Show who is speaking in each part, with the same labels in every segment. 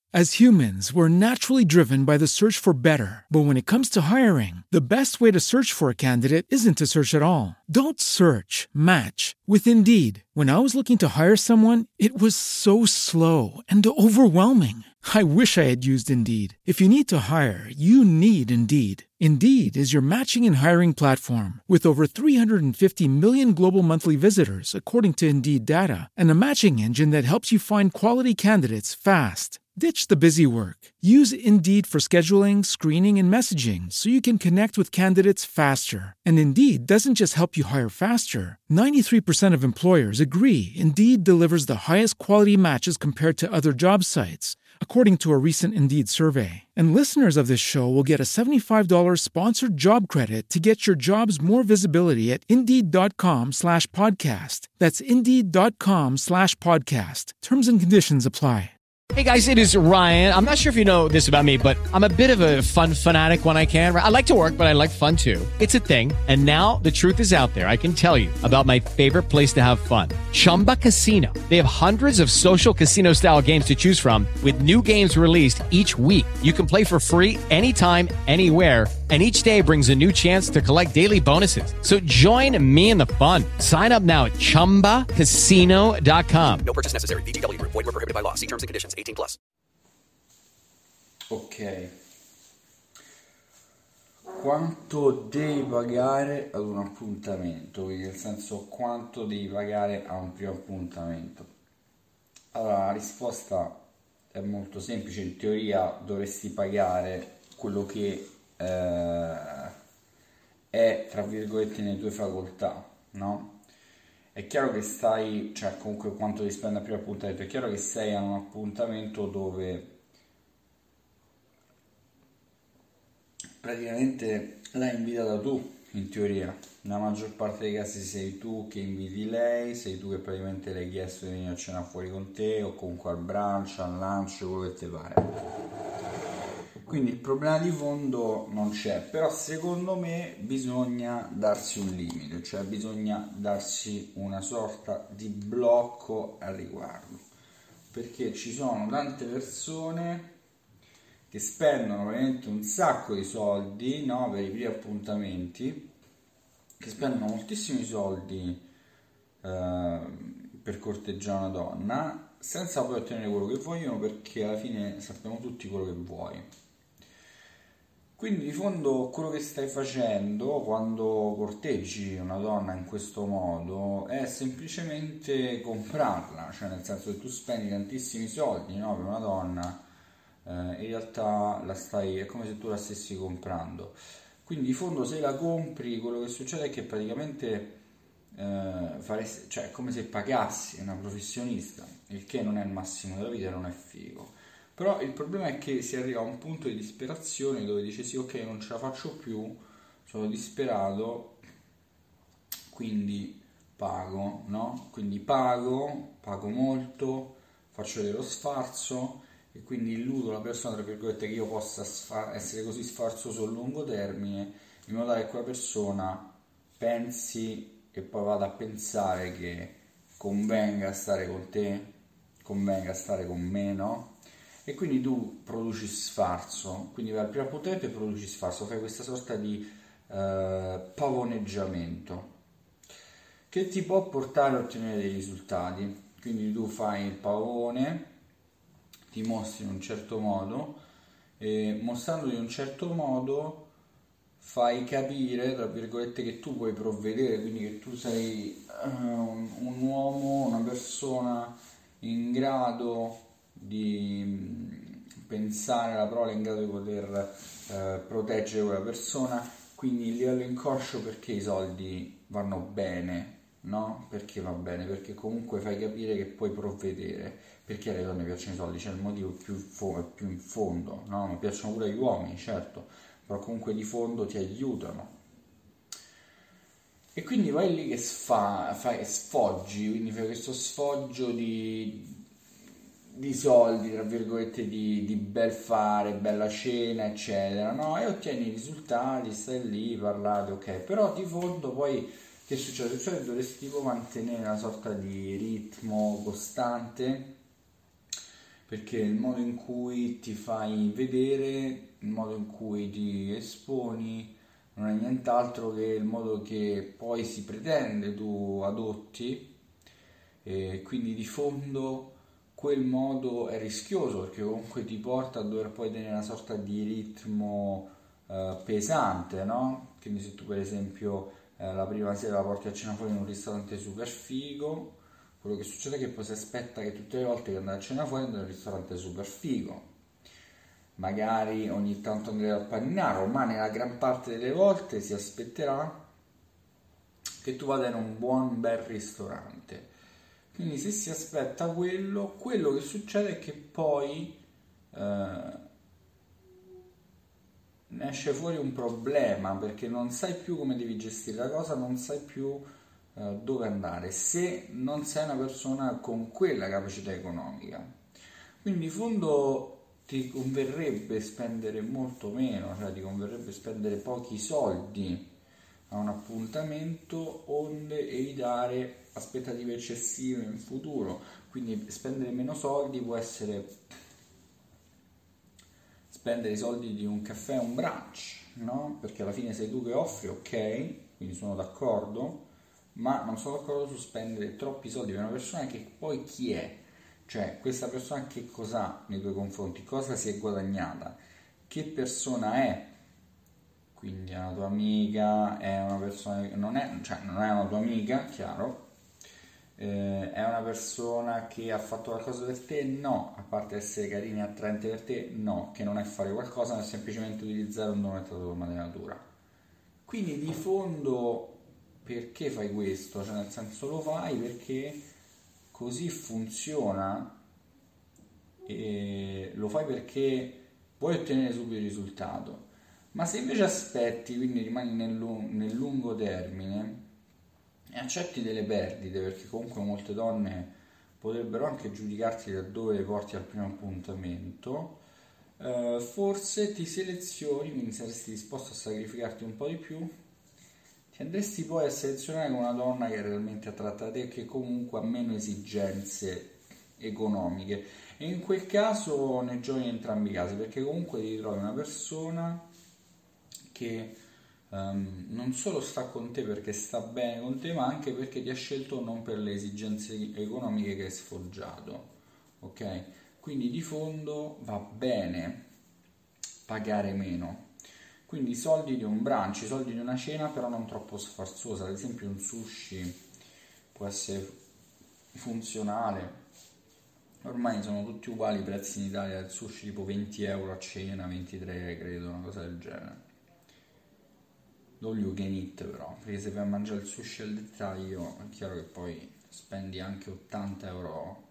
Speaker 1: As humans, we're naturally driven by the search for better. But when it comes to hiring, the best way to search for a candidate isn't to search at all. Don't search, match with Indeed. When I was looking to hire someone, it was so slow and overwhelming. I wish I had used Indeed. If you need to hire, you need Indeed. Indeed is your matching and hiring platform with over 350 million global monthly visitors, according to Indeed data, and a matching engine that helps you find quality candidates fast. Ditch the busy work. Use Indeed for scheduling, screening, and messaging so you can connect with candidates faster. And Indeed doesn't just help you hire faster. 93% of employers agree Indeed delivers the highest quality matches compared to other job sites, according to a recent Indeed survey. And listeners of this show will get a $75 sponsored job credit to get your jobs more visibility at Indeed.com/podcast. That's Indeed.com/podcast. Terms and conditions apply.
Speaker 2: Hey guys, it is Ryan. I'm not sure if you know this about me, but I'm a bit of a fun fanatic when I can. I like to work, but I like fun too. It's a thing. And now the truth is out there. I can tell you about my favorite place to have fun. Chumba Casino. They have hundreds of social casino style games to choose from with new games released each week. You can play for free anytime, anywhere. And each day brings a new chance to collect daily bonuses. So join me in the fun. Sign up now at ChumbaCasino.com.
Speaker 3: No purchase necessary. VGW Group. Void where prohibited by law. See terms and conditions. 18+.
Speaker 4: Ok. Quanto devi pagare ad un appuntamento? Quindi nel senso, quanto devi pagare a un primo appuntamento? Allora, la risposta è molto semplice. In teoria dovresti pagare quello che è, tra virgolette, nelle tue facoltà, no? È chiaro che stai, cioè comunque quanto devi spendere al primo appuntamento, è chiaro che sei a un appuntamento dove praticamente l'hai invitata tu, in teoria. Nella maggior parte dei casi sei tu che inviti lei, sei tu che praticamente le hai chiesto di venire a cena fuori con te, o comunque al brunch, al lunch, quello che ti pare. Quindi il problema di fondo non c'è, però secondo me bisogna darsi un limite, cioè bisogna darsi una sorta di blocco al riguardo, perché ci sono tante persone che spendono veramente un sacco di soldi, no, per i primi appuntamenti, che spendono moltissimi soldi per corteggiare una donna senza poi ottenere quello che vogliono, perché alla fine sappiamo tutti quello che vuoi. Quindi di fondo quello che stai facendo quando corteggi una donna in questo modo è semplicemente comprarla, cioè nel senso che tu spendi tantissimi soldi, no, per una donna, in realtà è come se tu la stessi comprando. Quindi di fondo se la compri, quello che succede è che praticamente cioè è come se pagassi una professionista, il che non è il massimo della vita e non è figo. Però il problema è che si arriva a un punto di disperazione dove dice sì, ok, non ce la faccio più, sono disperato, quindi pago, no? Quindi pago molto, faccio dello sfarzo e quindi illudo la persona, tra virgolette, che io possa essere così sfarzoso a lungo termine, in modo tale che quella persona pensi e poi vada a pensare che convenga stare con te, convenga stare con me, no? E quindi tu produci sfarzo, quindi vai al primo appuntamento e produci sfarzo, fai questa sorta di pavoneggiamento che ti può portare a ottenere dei risultati. Quindi tu fai il pavone, ti mostri in un certo modo e mostrandoti in un certo modo fai capire, tra virgolette, che tu puoi provvedere, quindi che tu sei un uomo, una persona in grado di pensare la parola, in grado di poter proteggere quella persona. Quindi il livello inconscio, perché i soldi vanno bene, no? Perché va bene? Perché comunque fai capire che puoi provvedere. Perché alle donne piacciono i soldi? C'è il motivo più in fondo, no? Mi piacciono pure gli uomini, certo, però comunque di fondo ti aiutano. E quindi vai lì che sfoggi, quindi fai questo sfoggio di soldi, tra virgolette, di bel fare, bella cena, eccetera, no? E ottieni i risultati, stai lì, parlate, ok, però di fondo poi che succede? Succede che dovresti tipo mantenere una sorta di ritmo costante perché il modo in cui ti fai vedere, il modo in cui ti esponi, non è nient'altro che il modo che poi si pretende tu adotti, e quindi di fondo quel modo è rischioso perché comunque ti porta a dover poi tenere una sorta di ritmo pesante, no? Quindi se tu per esempio la prima sera la porti a cena fuori in un ristorante super figo, quello che succede è che poi si aspetta che tutte le volte che andrai a cena fuori andrai in un ristorante super figo. Magari ogni tanto andrai al paninaro, ma nella gran parte delle volte si aspetterà che tu vada in un buon bel ristorante. Quindi se si aspetta quello che succede è che poi ne esce fuori un problema perché non sai più come devi gestire la cosa, non sai più dove andare se non sei una persona con quella capacità economica. Quindi in fondo ti converrebbe spendere molto meno, cioè ti converrebbe spendere pochi soldi a un appuntamento onde evitare aspettative eccessive in futuro. Quindi spendere meno soldi può essere spendere i soldi di un caffè o un brunch, no? Perché alla fine sei tu che offri, ok, quindi sono d'accordo, ma non sono d'accordo su spendere troppi soldi per una persona che poi chi è? Cioè, questa persona che cosa ha nei tuoi confronti? Cosa si è guadagnata? Che persona è? Quindi è una tua amica, è una persona che non è, cioè non è una tua amica, chiaro, è una persona che ha fatto qualcosa per te? No, a parte essere carina e attraente per te, no, che non è fare qualcosa, ma è semplicemente utilizzare un dono e forma di natura. Quindi di fondo perché fai questo? Cioè nel senso lo fai perché così funziona e lo fai perché vuoi ottenere subito il risultato. Ma se invece aspetti, quindi rimani nel lungo termine e accetti delle perdite, perché comunque molte donne potrebbero anche giudicarti da dove le porti al primo appuntamento, forse ti selezioni, quindi saresti disposto a sacrificarti un po' di più, ti andresti poi a selezionare con una donna che è realmente attratta da te e che comunque ha meno esigenze economiche, e in quel caso ne giochi in entrambi i casi, perché comunque ti trovi una persona che non solo sta con te perché sta bene con te, ma anche perché ti ha scelto non per le esigenze economiche che hai sfoggiato, ok? Quindi di fondo va bene pagare meno. Quindi i soldi di un brunch, i soldi di una cena, però non troppo sfarzosa. Ad esempio un sushi può essere funzionale. Ormai sono tutti uguali i prezzi in Italia del sushi, tipo 20 euro a cena, 23 credo, una cosa del genere. Non you can eat però, perché se vai a mangiare il sushi al dettaglio è chiaro che poi spendi anche 80 euro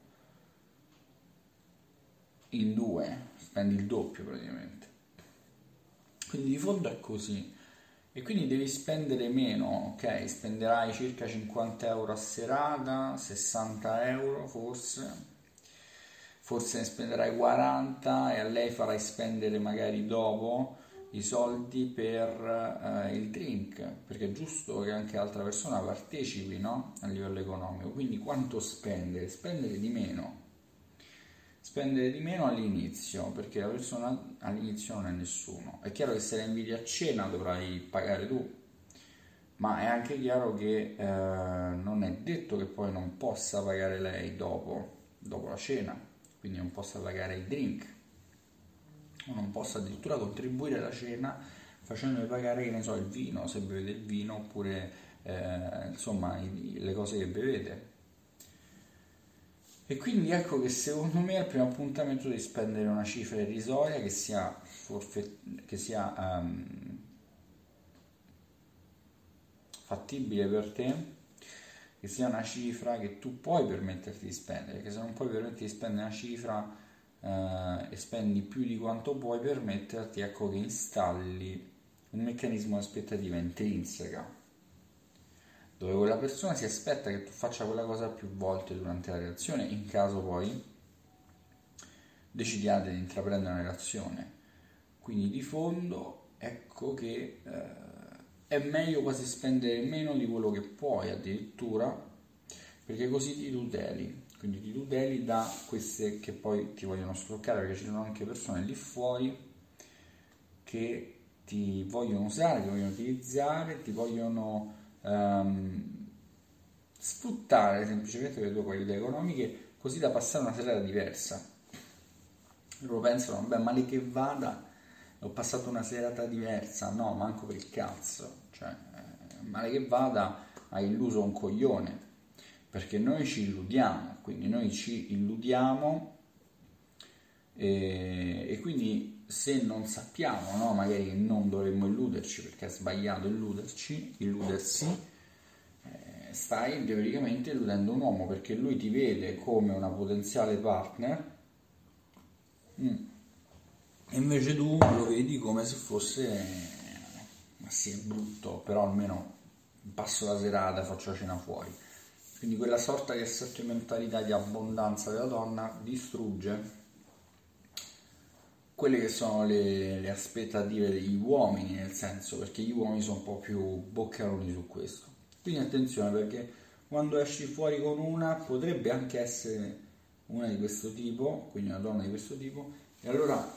Speaker 4: in due, spendi il doppio praticamente. Quindi di fondo è così. E quindi devi spendere meno, ok? Spenderai circa 50 euro a serata, 60 euro forse ne spenderai 40 e a lei farai spendere magari dopo i soldi per il drink, perché è giusto che anche l'altra persona partecipi, no? A livello economico. Quindi quanto spendere? Spendere di meno. Spendere di meno all'inizio, perché la persona all'inizio non è nessuno. È chiaro che se la inviti a cena dovrai pagare tu, ma è anche chiaro che non è detto che poi non possa pagare lei dopo la cena, quindi non possa pagare i drink, o non possa addirittura contribuire alla cena facendomi pagare, che ne so, il vino, se bevete il vino, oppure insomma le cose che bevete. E quindi ecco che secondo me al primo appuntamento devi spendere una cifra irrisoria che sia fattibile per te, che sia una cifra che tu puoi permetterti di spendere, perché se non puoi permetterti di spendere una cifra e spendi più di quanto puoi permetterti, ecco che installi un meccanismo di aspettativa intrinseca, dove quella persona si aspetta che tu faccia quella cosa più volte durante la relazione, in caso poi decidiate di intraprendere una relazione. Quindi di fondo ecco che è meglio quasi spendere meno di quello che puoi addirittura, perché così ti tuteli. quindi ti tuteli da queste che poi ti vogliono sfruttare, perché ci sono anche persone lì fuori che ti vogliono usare, ti vogliono utilizzare, ti vogliono sfruttare semplicemente le tue qualità economiche, così da passare una serata diversa. Loro pensano, vabbè, male che vada, ho passato una serata diversa. No, manco per il cazzo, cioè male che vada hai illuso un coglione, perché noi ci illudiamo, quindi noi ci illudiamo e quindi se non sappiamo, no, magari che non dovremmo illuderci perché è sbagliato illudersi, stai teoricamente illudendo un uomo, perché lui ti vede come una potenziale partner e invece tu lo vedi come se fosse, ma sì, è brutto, però almeno passo la serata, faccio la cena fuori. Quindi quella sorta di assetto di mentalità di abbondanza della donna distrugge quelle che sono le aspettative degli uomini, nel senso, perché gli uomini sono un po' più boccaroni su questo. Quindi attenzione, perché quando esci fuori con una, potrebbe anche essere una di questo tipo, quindi una donna di questo tipo, e allora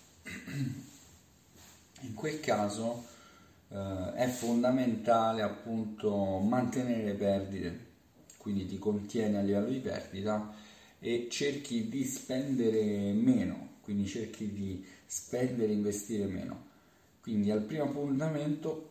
Speaker 4: in quel caso è fondamentale appunto mantenere le perdite, quindi ti contieni a livello di perdita e cerchi di spendere meno, quindi cerchi di spendere e investire meno. Quindi al primo appuntamento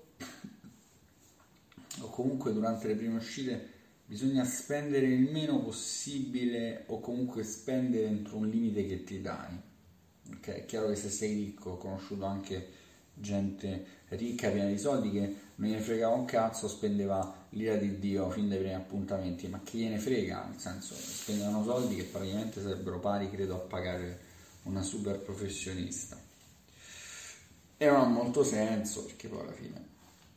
Speaker 4: o comunque durante le prime uscite bisogna spendere il meno possibile, o comunque spendere entro un limite che ti dai. Ok, è chiaro che se sei ricco, ho conosciuto anche gente ricca piena di soldi che non gliene fregava un cazzo, spendeva l'ira di Dio fin dai primi appuntamenti, ma che gliene frega, nel senso, spendevano soldi che praticamente sarebbero pari, credo, a pagare una super professionista, e non ha molto senso, perché poi alla fine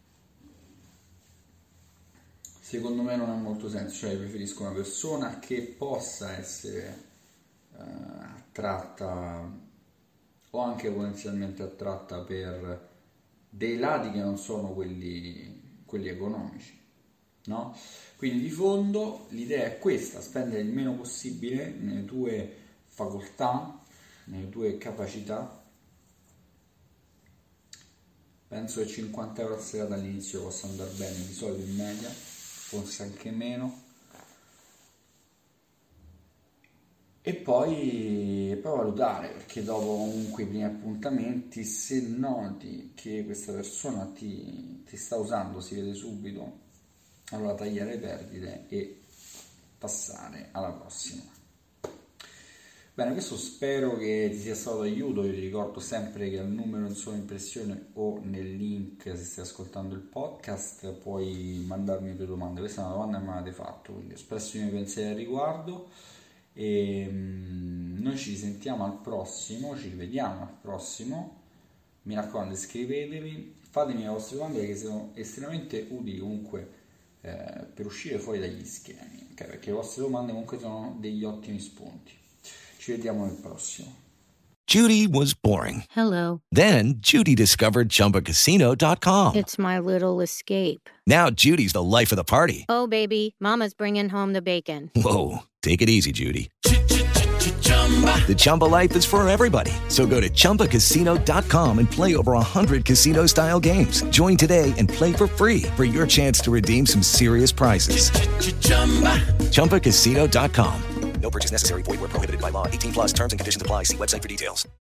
Speaker 4: secondo me non ha molto senso, cioè preferisco una persona che possa essere attratta o anche potenzialmente attratta per dei lati che non sono quelli economici, no? Quindi di fondo l'idea è questa: spendere il meno possibile nelle tue facoltà, nelle tue capacità. Penso che 50 euro a serata all'inizio possa andare bene, di solito in media, forse anche meno, e poi valutare, perché dopo comunque i primi appuntamenti, se noti che questa persona ti sta usando, si vede subito, allora tagliare le perdite e passare alla prossima. Bene, questo spero che ti sia stato d'aiuto. Io ti ricordo sempre che al numero in solo impressione o nel link, se stai ascoltando il podcast, puoi mandarmi le tue domande. Questa è una domanda che mi avete fatto, quindi ho espresso i miei pensieri al riguardo, e noi ci risentiamo al prossimo, ci rivediamo al prossimo. Mi raccomando, iscrivetevi, fatemi le vostre domande, che sono estremamente utili comunque per uscire fuori dagli schemi, okay? Perché le vostre domande comunque sono degli ottimi spunti. Ci vediamo nel prossimo.
Speaker 5: Judy was boring.
Speaker 6: Hello.
Speaker 5: Then Judy discovered ChumbaCasino.com.
Speaker 6: It's my little escape.
Speaker 5: Now Judy's the life of the party.
Speaker 6: Oh, baby, mama's bringing home the bacon.
Speaker 5: Whoa, take it easy, Judy. The Chumba life is for everybody. So go to ChumbaCasino.com and play over 100 casino-style games. Join today and play for free for your chance to redeem some serious prizes. ChumbaCasino.com.
Speaker 3: No purchase necessary. Void where prohibited by law. 18 plus terms and conditions apply. See website for details.